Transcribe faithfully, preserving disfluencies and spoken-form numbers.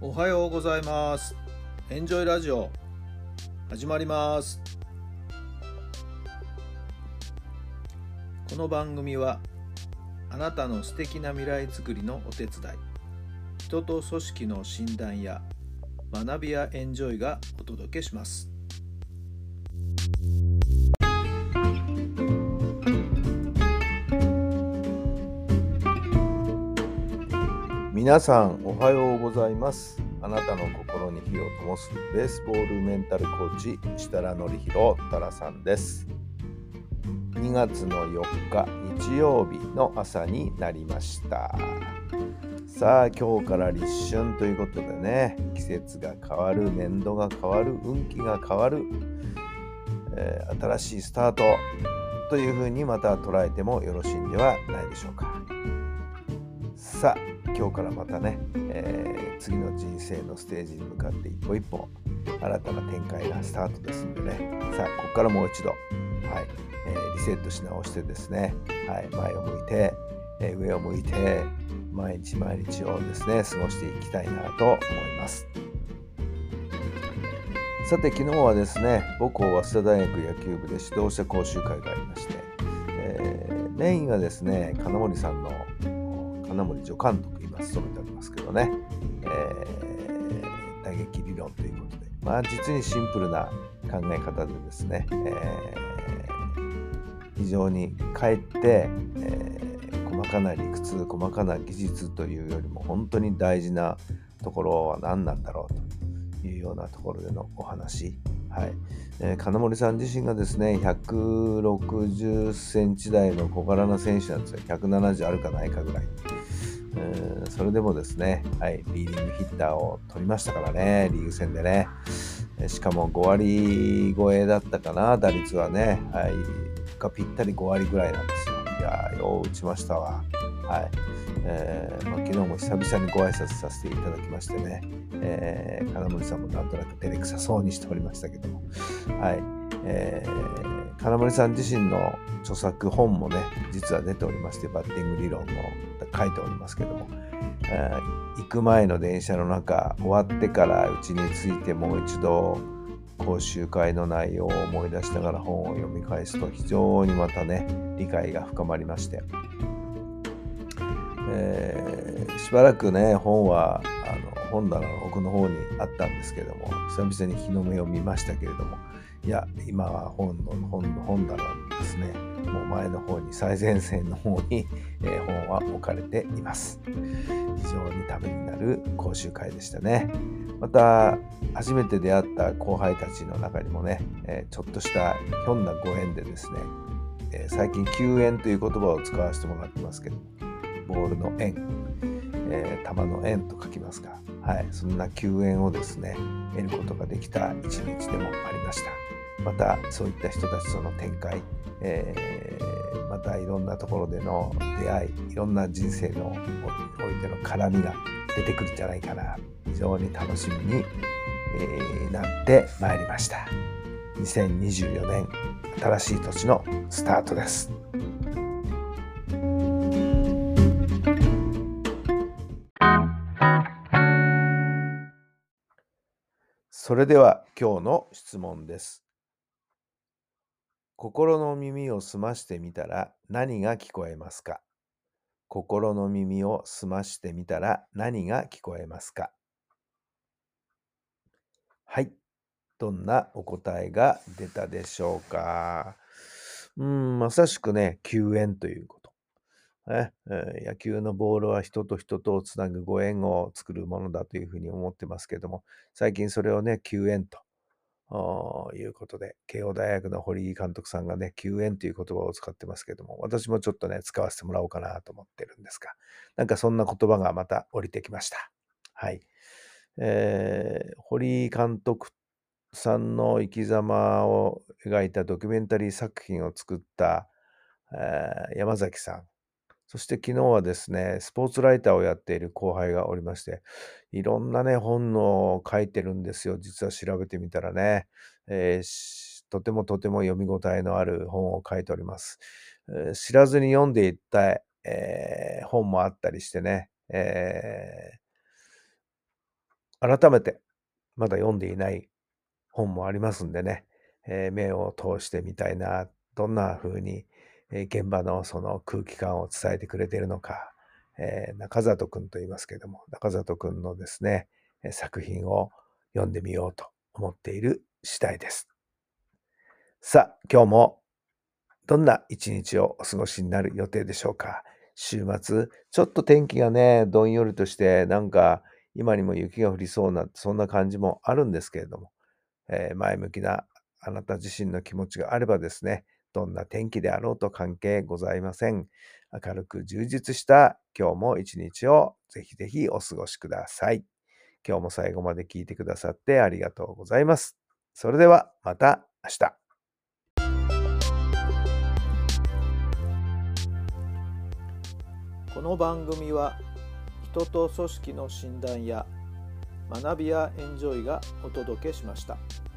おはようございます。エンジョイラジオ始まります。この番組はあなたの素敵な未来づくりのお手伝い、人と組織の診断や学びやエンジョイがお届けします。皆さんおはようございます。あなたの心に火を灯すベースボールメンタルコーチ設楽範弘太良さんです。にがつのよっか日曜日の朝になりました。さあ今日から立春ということでね、季節が変わる、年度が変わる、運気が変わる、えー、新しいスタートというふうにまた捉えてもよろしいんではないでしょうか。さあ今日からまたね、えー、次の人生のステージに向かって一歩一歩新たな展開がスタートですんでね、さあここからもう一度、はいえー、リセットし直してですね、はい、前を向いて、えー、上を向いて毎日毎日をですね過ごしていきたいなと思います。さて昨日はですね、母校早稲田大学野球部で指導者講習会がありまして、えー、メインはですね金森さんの金森助監督今務めておりますけどね、えー、打撃理論ということで、まあ実にシンプルな考え方でですね、えー、非常にかえって、えー、細かな理屈、細かな技術というよりも本当に大事なところは何なんだろうというようなところでのお話、はいえー、金森さん自身がですねひゃくろくじゅっセンチ台の小柄な選手なんですよ。ひゃくななじゅうあるかないかぐらい。うん、それでもですね、はい、リーディングヒッターを取りましたからね、リーグ戦でね。しかもごわり超えだったかな、打率はね。はい、がぴったりごわりぐらいなんですよ。いやー、よう打ちましたわ。はい。えーまあ、昨日も久々にご挨拶させていただきましてね、えー、金森さんもなんとなく照れくさそうにしておりましたけども、はい。えー、金森さん自身の著作本もね実は出ておりまして、バッティング理論の書いておりますけども、えー、行く前の電車の中、終わってから家に着いてもう一度講習会の内容を思い出しながら本を読み返すと非常にまたね理解が深まりまして、えー、しばらくね本はあの本棚の奥の方にあったんですけども、久々に日の目を見ましたけれども、いや今は本の本の本棚にですね、もう前の方に最前線の方に、えー、本は置かれています。非常にためになる講習会でしたね。また初めて出会った後輩たちの中にもね、えー、ちょっとしたひょんなご縁でですね、えー、最近球縁という言葉を使わせてもらってますけど、ボールの縁、えー、球の縁と書きますが、はい、そんな球縁をですね得ることができた一日でもありました。またそういった人たちとの展開、えー、またいろんなところでの出会い、いろんな人生のおいての絡みが出てくるんじゃないかな、非常に楽しみに、えー、なってまいりました。にせんにじゅうよねん新しい年のスタートです。それでは今日の質問です。心の耳を澄ましてみたら何が聞こえますか？心の耳を澄ましてみたら何が聞こえますか？はい。どんなお答えが出たでしょうか？うーん、まさしくね、球縁ということ。ねえー野球のボールは人と人とをつなぐご縁を作るものだというふうに思ってますけども、最近それをね、球縁ということで、慶応大学の堀井監督さんがね、球縁という言葉を使ってますけども、私もちょっとね、使わせてもらおうかなと思ってるんですが、なんかそんな言葉がまた降りてきました。はい。えー、堀井監督さんの生き様を描いたドキュメンタリー作品を作った、えー山崎さん。そして昨日はですね、スポーツライターをやっている後輩がおりまして、いろんなね、本を書いてるんですよ。実は調べてみたらね、えーしとてもとても読み応えのある本を書いております。えー知らずに読んでいった、えー本もあったりしてね、えー改めてまだ読んでいない本もありますんでね、えー目を通してみたいな、どんな風に、えー現場のその空気感を伝えてくれているのか、えー中里くんと言いますけども、中里くんのですね、えー作品を読んでみようと思っている次第です。さあ、今日もどんな一日をお過ごしになる予定でしょうか。週末、ちょっと天気がね、どんよりとして、なんか今にも雪が降りそうな、そんな感じもあるんですけれども、えー前向きなあなた自身の気持ちがあればですね、どんな天気であろうと関係ございません。明るく充実した今日も一日をぜひぜひお過ごしください。今日も最後まで聞いてくださってありがとうございます。それではまた明日。 この番組は人と組織の診断や学びやエンジョイがお届けしました。